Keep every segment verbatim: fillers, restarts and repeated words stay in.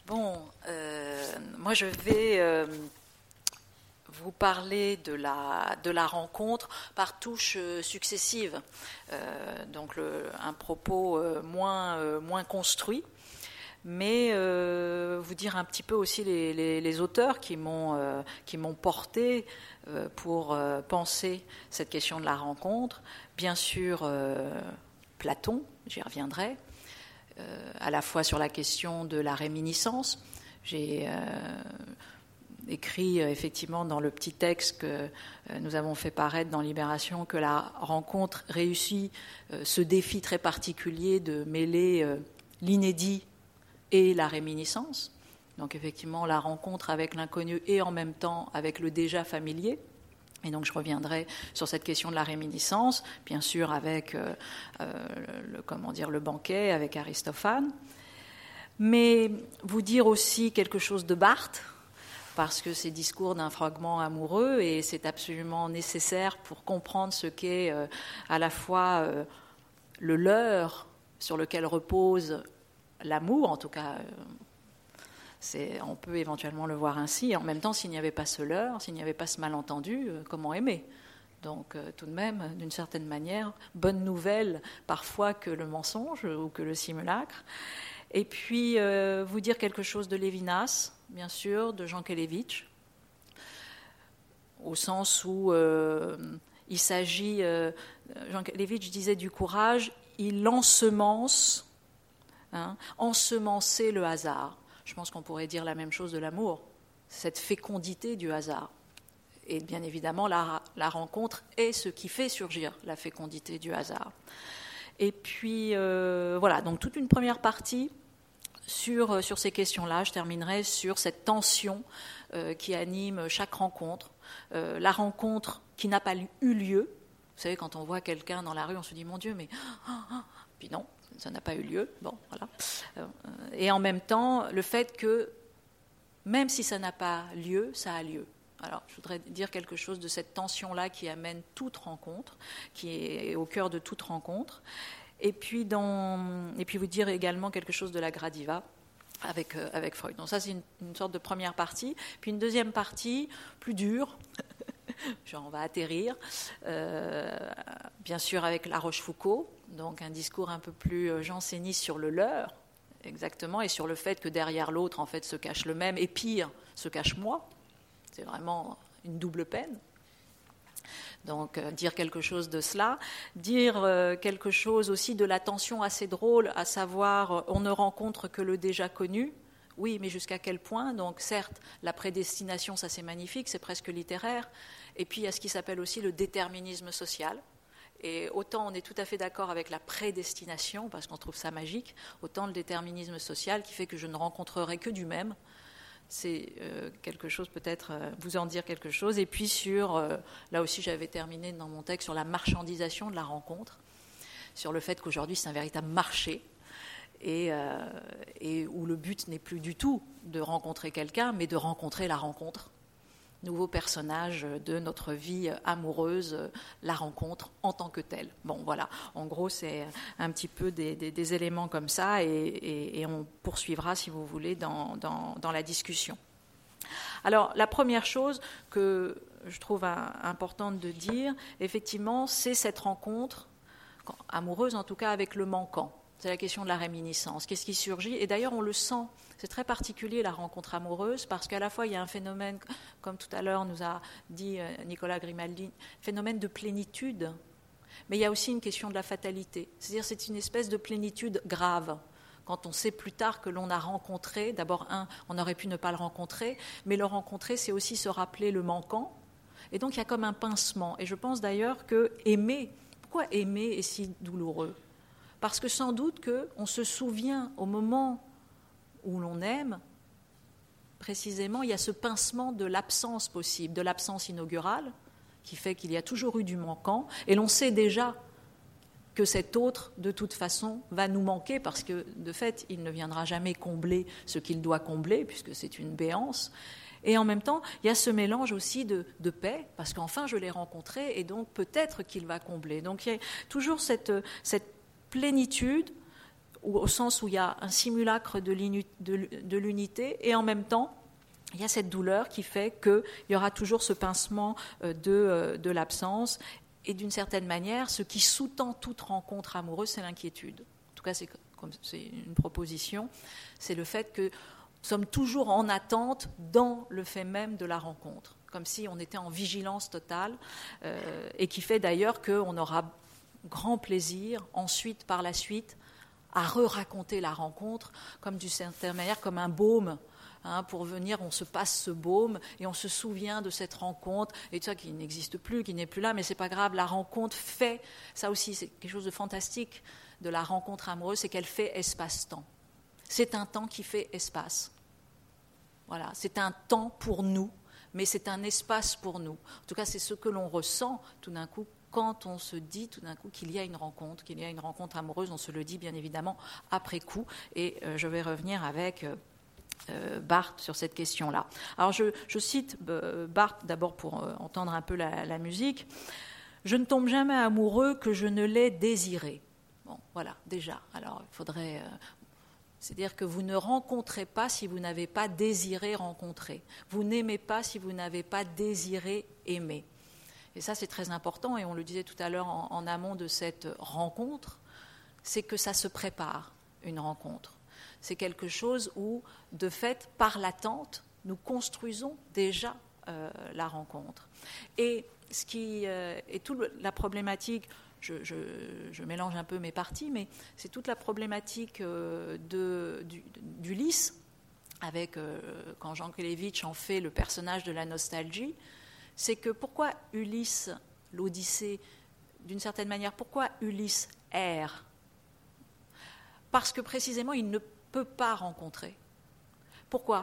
Bon, euh, moi je vais euh, vous parler de la, de la rencontre par touches successives, euh, donc le, un propos euh, moins, euh, moins construit, mais euh, vous dire un petit peu aussi les, les, les auteurs qui m'ont, euh, qui m'ont porté euh, pour euh, penser cette question de la rencontre. Bien sûr, euh, Platon, j'y reviendrai. Euh, à la fois sur la question de la réminiscence. J'ai euh, écrit euh, effectivement dans le petit texte que euh, nous avons fait paraître dans Libération que la rencontre réussit euh, ce défi très particulier de mêler euh, l'inédit et la réminiscence. Donc effectivement la rencontre avec l'inconnu et en même temps avec le déjà familier. Et donc je reviendrai sur cette question de la réminiscence, bien sûr avec euh, euh, le, comment dire, le banquet, avec Aristophane, mais vous dire aussi quelque chose de Barthes, parce que c'est discours d'un fragment amoureux et c'est absolument nécessaire pour comprendre ce qu'est euh, à la fois euh, le leurre sur lequel repose l'amour, en tout cas... Euh, C'est, on peut éventuellement le voir ainsi. Et en même temps, s'il n'y avait pas ce leurre, s'il n'y avait pas ce malentendu, euh, comment aimer ? Donc, euh, tout de même, d'une certaine manière, bonne nouvelle parfois que le mensonge ou que le simulacre. Et puis, euh, vous dire quelque chose de Lévinas, bien sûr, de Jean Kelevitch, au sens où euh, il s'agit... Euh, Jean Kelevitch disait du courage, il ensemence, hein, ensemencer le hasard. Je pense qu'on pourrait dire la même chose de l'amour, cette fécondité du hasard. Et bien évidemment, la, la rencontre est ce qui fait surgir la fécondité du hasard. Et puis, euh, voilà, donc toute une première partie sur, sur ces questions-là. Je terminerai sur cette tension euh, qui anime chaque rencontre. Euh, la rencontre qui n'a pas eu lieu. Vous savez, quand on voit quelqu'un dans la rue, on se dit « Mon Dieu, mais... Oh, oh. » Puis non. Ça n'a pas eu lieu, bon, voilà. Et en même temps, le fait que, même si ça n'a pas lieu, ça a lieu. Alors, je voudrais dire quelque chose de cette tension-là qui amène toute rencontre, qui est au cœur de toute rencontre. Et puis, dans, et puis vous dire également quelque chose de la gradiva avec, euh, avec Freud. Donc ça, c'est une, une sorte de première partie. Puis une deuxième partie, plus dure, genre on va atterrir, euh, bien sûr avec La Rochefoucauld, donc un discours un peu plus janséniste sur le leurre, exactement, et sur le fait que derrière l'autre, en fait, se cache le même, et pire, se cache moi. C'est vraiment une double peine. Donc, euh, dire quelque chose de cela, dire euh, quelque chose aussi de la tension assez drôle, à savoir, euh, on ne rencontre que le déjà connu. Oui, mais jusqu'à quel point ? Donc, certes, la prédestination, ça c'est magnifique, c'est presque littéraire. Et puis, il y a ce qui s'appelle aussi le déterminisme social. Et autant on est tout à fait d'accord avec la prédestination, parce qu'on trouve ça magique, autant le déterminisme social qui fait que je ne rencontrerai que du même. C'est euh, quelque chose, peut-être, euh, vous en dire quelque chose. Et puis sur, euh, là aussi j'avais terminé dans mon texte, sur la marchandisation de la rencontre, sur le fait qu'aujourd'hui c'est un véritable marché, et, euh, et où le but n'est plus du tout de rencontrer quelqu'un, mais de rencontrer la rencontre. Nouveau personnage de notre vie amoureuse, la rencontre en tant que telle. Bon, voilà, en gros, c'est un petit peu des, des, des éléments comme ça, et, et, et on poursuivra, si vous voulez, dans, dans, dans la discussion. Alors, la première chose que je trouve importante de dire, effectivement, c'est cette rencontre, amoureuse en tout cas, avec le manquant. C'est la question de la réminiscence. Qu'est-ce qui surgit ? Et d'ailleurs, on le sent. C'est très particulier, la rencontre amoureuse, parce qu'à la fois, il y a un phénomène, comme tout à l'heure nous a dit Nicolas Grimaldi, phénomène de plénitude, mais il y a aussi une question de la fatalité. C'est-à-dire, c'est une espèce de plénitude grave. Quand on sait plus tard que l'on a rencontré, d'abord, un, on aurait pu ne pas le rencontrer, mais le rencontrer, c'est aussi se rappeler le manquant. Et donc, il y a comme un pincement. Et je pense d'ailleurs que aimer, pourquoi aimer est si douloureux ? Parce que sans doute qu'on se souvient au moment où l'on aime, précisément, il y a ce pincement de l'absence possible, de l'absence inaugurale, qui fait qu'il y a toujours eu du manquant, et l'on sait déjà que cet autre, de toute façon, va nous manquer, parce que, de fait, il ne viendra jamais combler ce qu'il doit combler, puisque c'est une béance. Et en même temps, il y a ce mélange aussi de, de paix, parce qu'enfin, je l'ai rencontré, et donc peut-être qu'il va combler. Donc il y a toujours cette, cette plénitude, au sens où il y a un simulacre de, de, de l'unité, et en même temps, il y a cette douleur qui fait qu'il y aura toujours ce pincement de, de l'absence. Et d'une certaine manière, ce qui sous-tend toute rencontre amoureuse, c'est l'inquiétude. En tout cas, c'est, comme, c'est une proposition. C'est le fait que nous sommes toujours en attente dans le fait même de la rencontre, comme si on était en vigilance totale, euh, et qui fait d'ailleurs qu'on aura grand plaisir, ensuite, par la suite, à re-raconter la rencontre, comme d'une certaine manière, comme un baume. Hein, pour venir, on se passe ce baume et on se souvient de cette rencontre et tout ça qui n'existe plus, qui n'est plus là, mais c'est pas grave. La rencontre fait, ça aussi, c'est quelque chose de fantastique de la rencontre amoureuse, c'est qu'elle fait espace-temps. C'est un temps qui fait espace. Voilà, c'est un temps pour nous, mais c'est un espace pour nous. En tout cas, c'est ce que l'on ressent tout d'un coup quand on se dit tout d'un coup qu'il y a une rencontre, qu'il y a une rencontre amoureuse. On se le dit bien évidemment après coup, et euh, je vais revenir avec Euh, Euh, Barthes sur cette question-là. Alors je, je cite euh, Barthes d'abord pour euh, entendre un peu la, la musique. « Je ne tombe jamais amoureux que je ne l'ai désiré. » Bon, voilà, déjà. Alors il faudrait... Euh, c'est-à-dire que vous ne rencontrez pas si vous n'avez pas désiré rencontrer. Vous n'aimez pas si vous n'avez pas désiré aimer. Et ça, c'est très important, et on le disait tout à l'heure en, en amont de cette rencontre, c'est que ça se prépare, une rencontre. C'est quelque chose où, de fait, par l'attente, nous construisons déjà euh, la rencontre. Et ce qui euh, est toute la problématique, je, je, je mélange un peu mes parties, mais c'est toute la problématique euh, de, du, d'Ulysse, avec, euh, quand Jean Kelevitch en fait le personnage de la nostalgie, c'est que pourquoi Ulysse, l'Odyssée, d'une certaine manière, pourquoi Ulysse erre ? Parce que précisément, il ne peut pas rencontrer. Pourquoi ?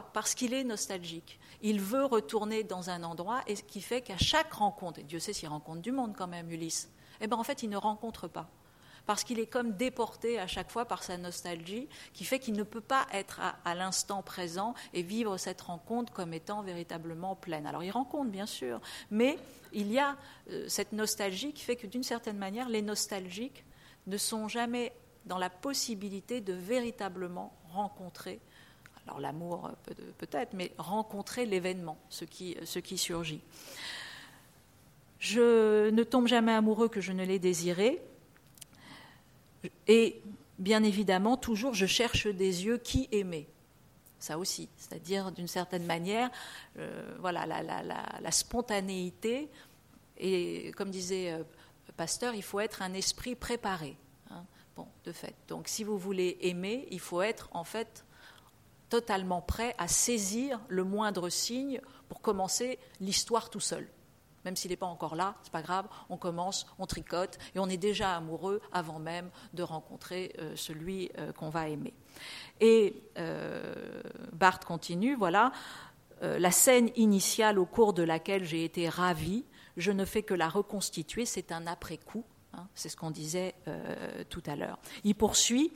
Parce qu'il est nostalgique. Il veut retourner dans un endroit, et ce qui fait qu'à chaque rencontre, et Dieu sait s'il rencontre du monde quand même, Ulysse, eh bien en fait il ne rencontre pas. Parce qu'il est comme déporté à chaque fois par sa nostalgie, qui fait qu'il ne peut pas être à, à l'instant présent et vivre cette rencontre comme étant véritablement pleine. Alors il rencontre bien sûr, mais il y a euh, cette nostalgie qui fait que d'une certaine manière, les nostalgiques ne sont jamais dans la possibilité de véritablement rencontrer, alors l'amour peut-être, mais rencontrer l'événement, ce qui, ce qui surgit. Je ne tombe jamais amoureux que je ne l'ai désiré, et bien évidemment, toujours, je cherche des yeux qui aimaient. Ça aussi, c'est-à-dire d'une certaine manière, euh, voilà, la, la, la, la spontanéité, et comme disait euh, Pasteur, il faut être un esprit préparé. Hein, bon, de fait. Donc, si vous voulez aimer, il faut être en fait totalement prêt à saisir le moindre signe pour commencer l'histoire tout seul. Même s'il n'est pas encore là, c'est pas grave, on commence, on tricote, et on est déjà amoureux avant même de rencontrer euh, celui euh, qu'on va aimer. Et euh, Barthes continue, voilà, euh, la scène initiale au cours de laquelle j'ai été ravie, je ne fais que la reconstituer, c'est un après-coup, hein, c'est ce qu'on disait euh, tout à l'heure. Il poursuit,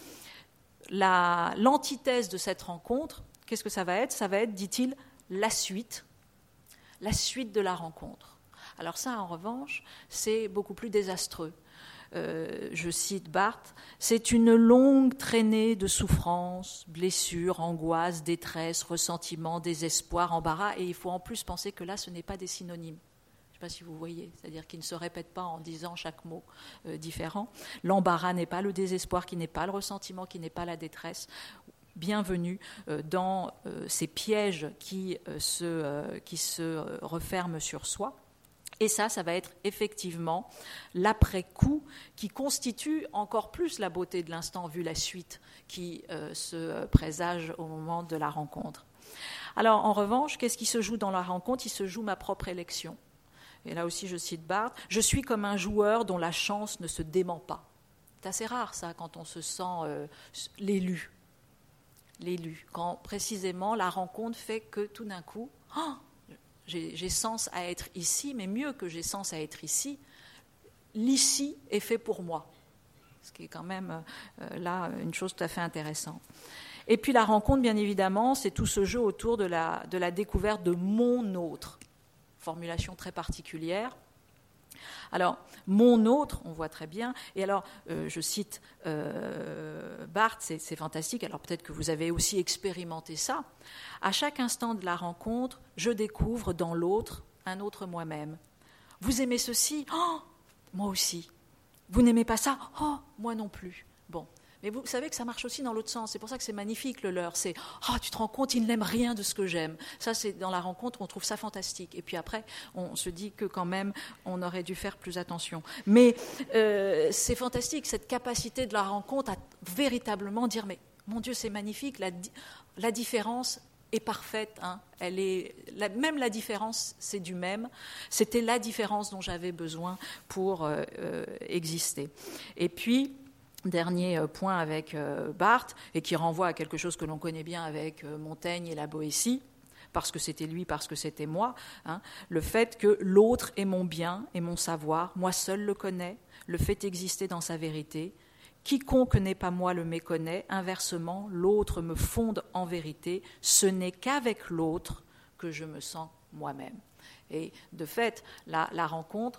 la, l'antithèse de cette rencontre, qu'est-ce que ça va être ? Ça va être, dit-il, la suite, la suite de la rencontre. Alors ça, en revanche, c'est beaucoup plus désastreux. Euh, je cite Barthes, « C'est une longue traînée de souffrances, blessures, angoisses, détresse, ressentiment, désespoir, embarras, et il faut en plus penser que là, ce n'est pas des synonymes. » Je ne sais pas si vous voyez, c'est-à-dire qu'ils ne se répètent pas en disant chaque mot euh, différent. L'embarras n'est pas le désespoir, qui n'est pas le ressentiment, qui n'est pas la détresse. Bienvenue euh, dans euh, ces pièges qui, euh, se, euh, qui se euh, referment sur soi. Et ça, ça va être effectivement l'après-coup qui constitue encore plus la beauté de l'instant, vu la suite qui euh, se présage au moment de la rencontre. Alors, en revanche, qu'est-ce qui se joue dans la rencontre ? Il se joue ma propre élection. Et là aussi, je cite Barthes, « Je suis comme un joueur dont la chance ne se dément pas. » C'est assez rare, ça, quand on se sent euh, l'élu. L'élu. Quand, précisément, la rencontre fait que, tout d'un coup, oh, j'ai, j'ai sens à être ici, mais mieux que j'ai sens à être ici, l'ici est fait pour moi. Ce qui est quand même, euh, là, une chose tout à fait intéressante. Et puis, la rencontre, bien évidemment, c'est tout ce jeu autour de la, de la découverte de mon autre. Formulation très particulière. Alors, mon autre, on voit très bien, et alors, euh, je cite euh, Barthes, c'est, c'est fantastique, alors peut-être que vous avez aussi expérimenté ça. À chaque instant de la rencontre, je découvre dans l'autre un autre moi-même. Vous aimez ceci ? Oh, moi aussi. Vous n'aimez pas ça ? Oh, moi non plus. Bon. Mais vous savez que ça marche aussi dans l'autre sens. C'est pour ça que c'est magnifique, le leurre. C'est « Oh, tu te rends compte, il n'aime rien de ce que j'aime. » Ça, c'est dans la rencontre, on trouve ça fantastique. Et puis après, on se dit que quand même, on aurait dû faire plus attention. Mais euh, c'est fantastique, cette capacité de la rencontre à véritablement dire « Mais mon Dieu, c'est magnifique, la, la différence est parfaite. Hein. Elle est, la, même la différence, c'est du même. C'était la différence dont j'avais besoin pour euh, euh, exister. » Et puis, dernier point avec Barthes, et qui renvoie à quelque chose que l'on connaît bien avec Montaigne et la Boétie, parce que c'était lui, parce que c'était moi, hein, le fait que l'autre est mon bien et mon savoir, moi seul le connais, le fait exister dans sa vérité. Quiconque n'est pas moi le méconnaît, inversement, l'autre me fonde en vérité, ce n'est qu'avec l'autre que je me sens moi-même. Et de fait, la, la rencontre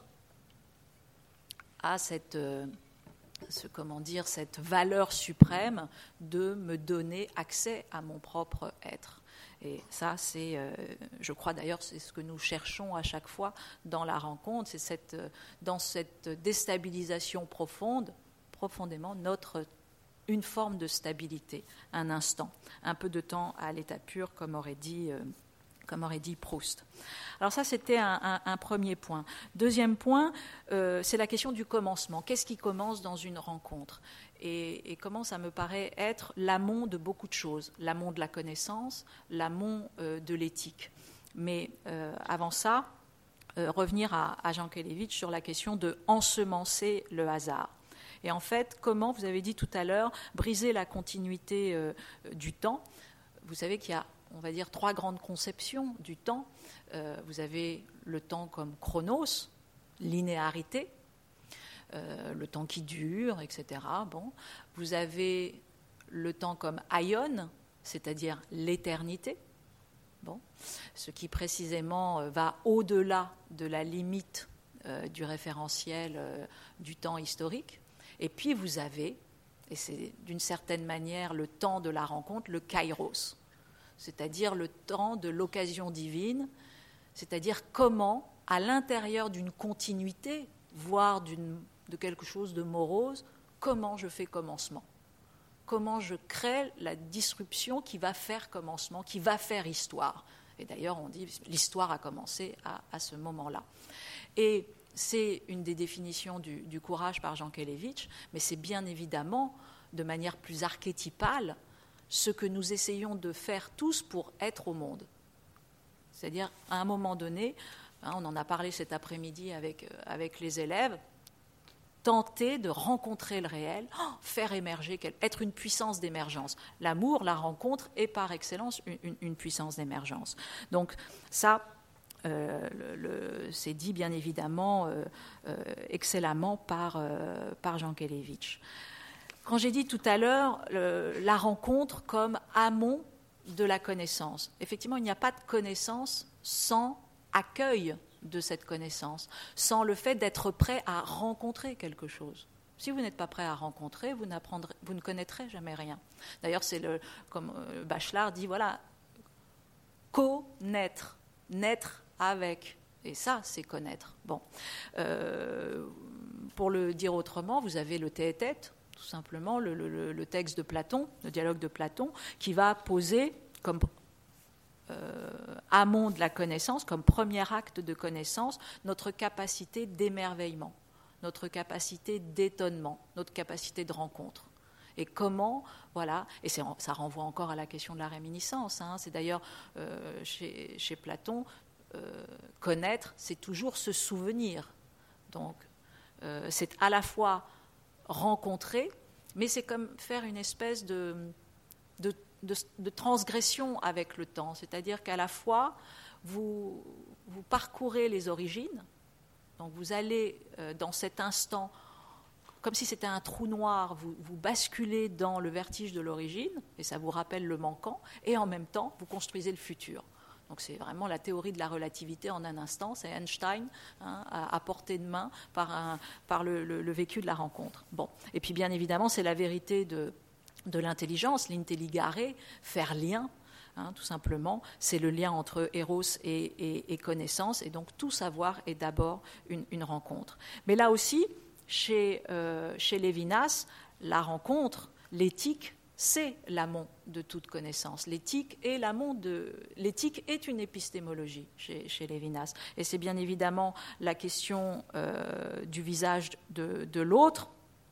a cette... Euh, Ce, comment dire, cette valeur suprême de me donner accès à mon propre être. Et ça, c'est, euh, je crois d'ailleurs, c'est ce que nous cherchons à chaque fois dans la rencontre, c'est cette, dans cette déstabilisation profonde, profondément, notre, une forme de stabilité, un instant, un peu de temps à l'état pur, comme aurait dit... Euh, comme aurait dit Proust. Alors ça, c'était un, un, un premier point. Deuxième point, euh, c'est la question du commencement. Qu'est-ce qui commence dans une rencontre ? et, et comment ça me paraît être l'amont de beaucoup de choses, l'amont de la connaissance, l'amont euh, de l'éthique. Mais euh, avant ça, euh, revenir à, à Jean Kelevitch sur la question de ensemencer le hasard. Et en fait, comment, vous avez dit tout à l'heure, briser la continuité euh, du temps. Vous savez qu'il y a, on va dire, trois grandes conceptions du temps. Euh, vous avez le temps comme chronos, linéarité, euh, le temps qui dure, et cetera. Bon. Vous avez le temps comme aion, c'est-à-dire l'éternité, bon. Ce qui précisément va au-delà de la limite euh, du référentiel euh, du temps historique. Et puis vous avez, et c'est d'une certaine manière le temps de la rencontre, le kairos, c'est-à-dire le temps de l'occasion divine, c'est-à-dire comment, à l'intérieur d'une continuité, voire d'une, de quelque chose de morose, comment je fais commencement, comment je crée la disruption qui va faire commencement, qui va faire histoire. Et d'ailleurs, on dit l'histoire a commencé à, à ce moment-là. Et c'est une des définitions du, du courage par Jean Kelevitch, mais c'est bien évidemment, de manière plus archétypale, ce que nous essayons de faire tous pour être au monde. C'est-à-dire, à un moment donné, hein, on en a parlé cet après-midi avec, euh, avec les élèves, tenter de rencontrer le réel, oh, faire émerger, être une puissance d'émergence. L'amour, la rencontre est par excellence une, une, une puissance d'émergence. Donc ça, euh, le, le, c'est dit bien évidemment euh, euh, excellemment par, euh, par Jean Kelevitch. Quand j'ai dit tout à l'heure le, la rencontre comme amont de la connaissance, effectivement, il n'y a pas de connaissance sans accueil de cette connaissance, sans le fait d'être prêt à rencontrer quelque chose. Si vous n'êtes pas prêt à rencontrer, vous, n'apprendrez, vous ne connaîtrez jamais rien. D'ailleurs, c'est le, comme Bachelard dit, voilà, connaître, naître avec. Et ça, c'est connaître. Bon, euh, pour le dire autrement, vous avez le tête-à-tête, tout simplement, le, le, le texte de Platon, le dialogue de Platon, qui va poser comme euh, amont de la connaissance, comme premier acte de connaissance, notre capacité d'émerveillement, notre capacité d'étonnement, notre capacité de rencontre. Et comment, voilà, et c'est, ça renvoie encore à la question de la réminiscence, hein, c'est d'ailleurs euh, chez, chez Platon, euh, connaître, c'est toujours se souvenir. Donc, euh, c'est à la fois rencontrer, mais c'est comme faire une espèce de, de, de, de transgression avec le temps, c'est-à-dire qu'à la fois vous, vous parcourez les origines, donc vous allez euh, dans cet instant, comme si c'était un trou noir, vous, vous basculez dans le vertige de l'origine, et ça vous rappelle le manquant, et en même temps vous construisez le futur. Donc c'est vraiment la théorie de la relativité en un instant, c'est Einstein, hein, à, à portée de main par, un, par le, le, le vécu de la rencontre. Bon. Et puis bien évidemment, c'est la vérité de, de l'intelligence, l'intelligare, faire lien, hein, tout simplement, c'est le lien entre éros et, et, et connaissance, et donc tout savoir est d'abord une, une rencontre. Mais là aussi, chez, euh, chez Lévinas, la rencontre, l'éthique, c'est l'amont de toute connaissance. L'éthique est l'amont de l'éthique est une épistémologie chez, chez Lévinas, et c'est bien évidemment la question euh, du visage de, de l'autre,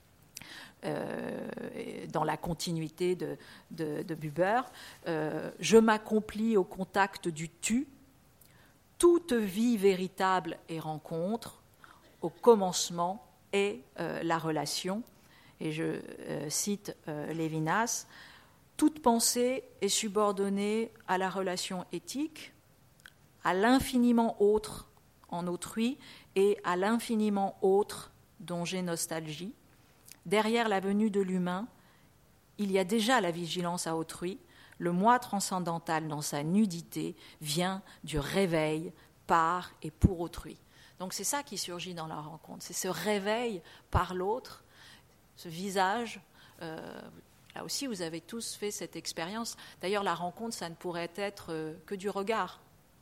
euh, dans la continuité de, de, de Buber. Euh, je m'accomplis au contact du tu. Toute vie véritable est rencontre. Au commencement est euh, la relation. Et je euh, cite euh, Lévinas, « Toute pensée est subordonnée à la relation éthique, à l'infiniment autre en autrui et à l'infiniment autre dont j'ai nostalgie. Derrière la venue de l'humain, il y a déjà la vigilance à autrui. Le moi transcendantal dans sa nudité vient du réveil par et pour autrui. » Donc c'est ça qui surgit dans la rencontre, c'est ce réveil par l'autre, ce visage. Euh, là aussi, vous avez tous fait cette expérience. D'ailleurs, la rencontre, ça ne pourrait être euh, que du regard.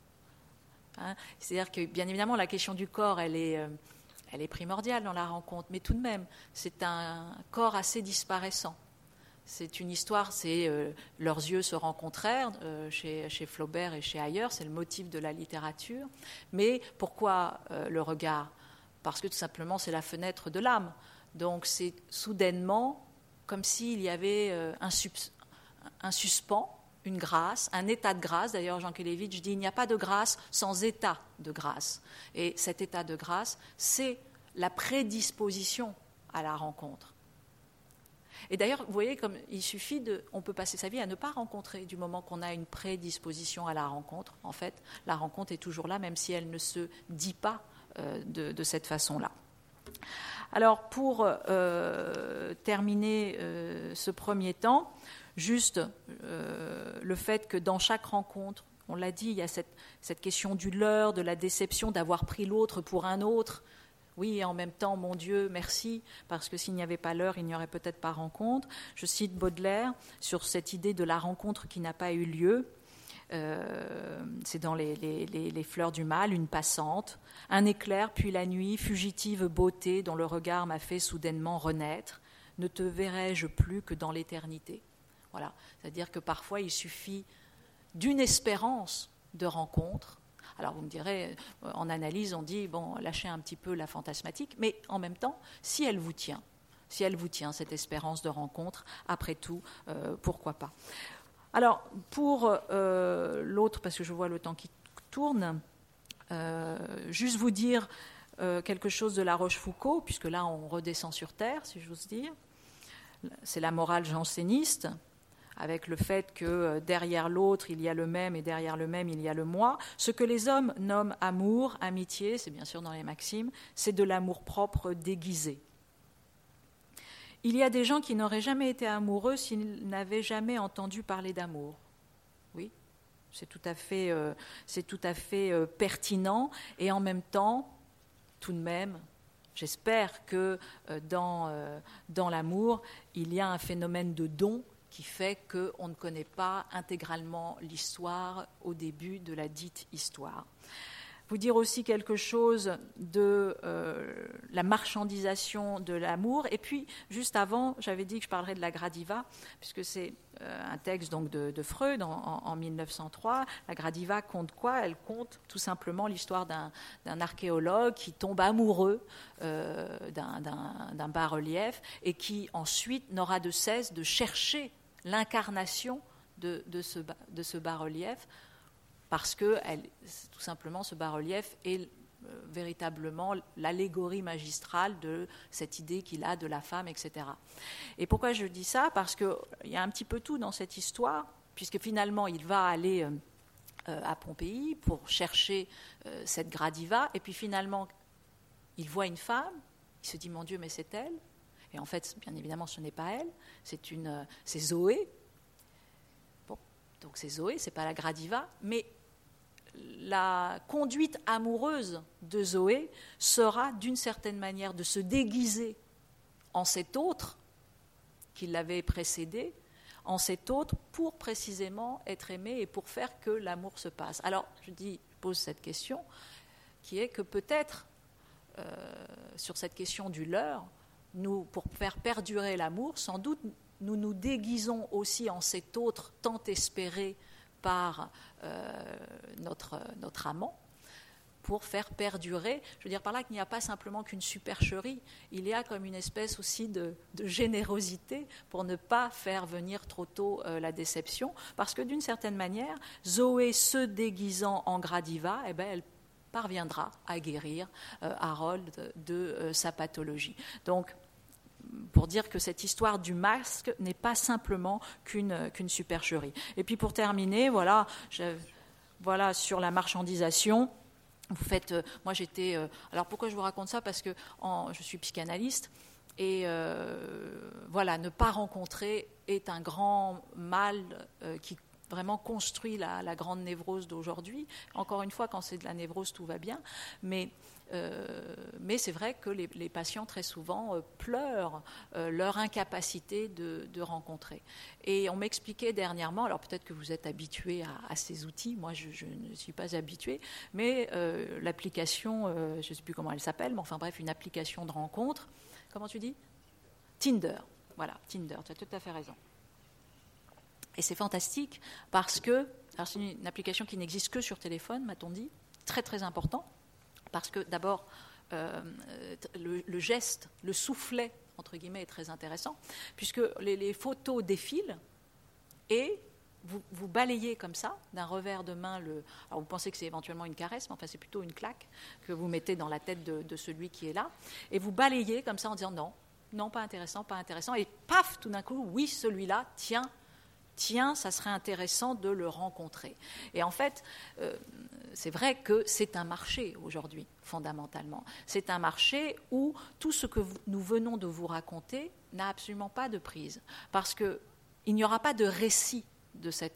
Hein, c'est-à-dire que, bien évidemment, la question du corps, elle est, euh, elle est primordiale dans la rencontre, mais tout de même, c'est un corps assez disparaissant. C'est une histoire, c'est euh, leurs yeux se rencontrèrent euh, chez, chez Flaubert et chez ailleurs, c'est le motif de la littérature. Mais pourquoi euh, le regard ? Parce que tout simplement, c'est la fenêtre de l'âme. Donc c'est soudainement comme s'il y avait euh, un, subs- un suspens, une grâce, un état de grâce. D'ailleurs, Jean Kelevitch dit « il n'y a pas de grâce sans état de grâce ». Et cet état de grâce, c'est la prédisposition à la rencontre. Et d'ailleurs, vous voyez, comme il suffit de, on peut passer sa vie à ne pas rencontrer du moment qu'on a une prédisposition à la rencontre. En fait, la rencontre est toujours là, même si elle ne se dit pas euh, de, de cette façon-là. Alors, pour euh, terminer euh, ce premier temps, juste euh, le fait que dans chaque rencontre, on l'a dit, il y a cette, cette question du leurre, de la déception, d'avoir pris l'autre pour un autre. Oui, et en même temps, mon Dieu, merci, parce que s'il n'y avait pas l'heure, il n'y aurait peut-être pas rencontre. Je cite Baudelaire sur cette idée de la rencontre qui n'a pas eu lieu. Euh, c'est dans les, les, les, les fleurs du mal, une passante, un éclair, puis la nuit, fugitive beauté dont le regard m'a fait soudainement renaître, ne te verrai-je plus que dans l'éternité. Voilà, c'est-à-dire que parfois il suffit d'une espérance de rencontre. Alors vous me direz, en analyse on dit, bon, lâchez un petit peu la fantasmatique, mais en même temps, si elle vous tient, si elle vous tient, cette espérance de rencontre, après tout, euh, pourquoi pas. Alors, pour euh, l'autre, parce que je vois le temps qui tourne, euh, juste vous dire euh, quelque chose de La Rochefoucauld, puisque là, on redescend sur Terre, si j'ose dire. C'est la morale janséniste, avec le fait que derrière l'autre, il y a le même, et derrière le même, il y a le moi. Ce que les hommes nomment amour, amitié, c'est bien sûr dans les maximes, c'est de l'amour-propre déguisé. Il y a des gens qui n'auraient jamais été amoureux s'ils n'avaient jamais entendu parler d'amour. Oui, c'est tout à fait, euh, c'est tout à fait euh, pertinent. Et en même temps, tout de même, j'espère que euh, dans, euh, dans l'amour, il y a un phénomène de don qui fait qu'on ne connaît pas intégralement l'histoire au début de la dite histoire. Vous dire aussi quelque chose de euh, la marchandisation de l'amour. Et puis, juste avant, j'avais dit que je parlerais de la Gradiva, puisque c'est euh, un texte donc, de, de Freud en, en, en mille neuf cent trois. La Gradiva compte quoi ? Elle compte tout simplement l'histoire d'un, d'un archéologue qui tombe amoureux euh, d'un, d'un, d'un bas-relief et qui ensuite n'aura de cesse de chercher l'incarnation de, de ce, de ce bas-relief, parce que elle, tout simplement ce bas-relief est euh, véritablement l'allégorie magistrale de cette idée qu'il a de la femme, et cetera. Et pourquoi je dis ça ? Parce qu'il y a un petit peu tout dans cette histoire, puisque finalement il va aller euh, euh, à Pompéi pour chercher euh, cette Gradiva, et puis finalement il voit une femme, il se dit « mon Dieu, mais c'est elle ». Et en fait, bien évidemment, ce n'est pas elle, c'est, une, c'est Zoé. Bon, donc c'est Zoé, c'est pas la Gradiva, mais la conduite amoureuse de Zoé sera d'une certaine manière de se déguiser en cet autre qui l'avait précédé, en cet autre pour précisément être aimé et pour faire que l'amour se passe. Alors, je dis, je pose cette question, qui est que peut-être, euh, sur cette question du leurre, nous, pour faire perdurer l'amour, sans doute, nous nous déguisons aussi en cet autre tant espéré par euh, notre, notre amant, pour faire perdurer, je veux dire par là qu'il n'y a pas simplement qu'une supercherie, il y a comme une espèce aussi de, de générosité pour ne pas faire venir trop tôt euh, la déception, parce que d'une certaine manière, Zoé se déguisant en Gradiva, eh ben, elle parviendra à guérir euh, Harold de, de euh, sa pathologie. Donc, pour dire que cette histoire du masque n'est pas simplement qu'une, qu'une supercherie. Et puis pour terminer, voilà, je, voilà sur la marchandisation. Vous faites, euh, moi j'étais, euh, alors pourquoi je vous raconte ça? Parce que en, je suis psychanalyste et euh, voilà, ne pas rencontrer est un grand mal euh, qui vraiment construit la, la grande névrose d'aujourd'hui. Encore une fois, quand c'est de la névrose, tout va bien, mais Euh, mais c'est vrai que les, les patients très souvent euh, pleurent euh, leur incapacité de, de rencontrer. Et on m'expliquait dernièrement, alors peut-être que vous êtes habitués à, à ces outils, moi je, je ne suis pas habituée, mais euh, l'application, euh, je ne sais plus comment elle s'appelle, mais enfin bref, une application de rencontre, comment tu dis? Tinder, voilà, Tinder, tu as tout à fait raison. Et c'est fantastique parce que, alors c'est une, une application qui n'existe que sur téléphone, m'a-t-on dit, très très important. Parce que d'abord, euh, le, le geste, le soufflet, entre guillemets, est très intéressant, puisque les, les photos défilent et vous, vous balayez comme ça, d'un revers de main, le, alors vous pensez que c'est éventuellement une caresse, mais enfin c'est plutôt une claque que vous mettez dans la tête de, de celui qui est là, et vous balayez comme ça en disant non, non, pas intéressant, pas intéressant, et paf, tout d'un coup, oui, celui-là, tiens, tiens, ça serait intéressant de le rencontrer. Et en fait, euh, c'est vrai que c'est un marché aujourd'hui, fondamentalement. C'est un marché où tout ce que vous, nous venons de vous raconter n'a absolument pas de prise. Parce qu'il n'y aura pas de récit de cette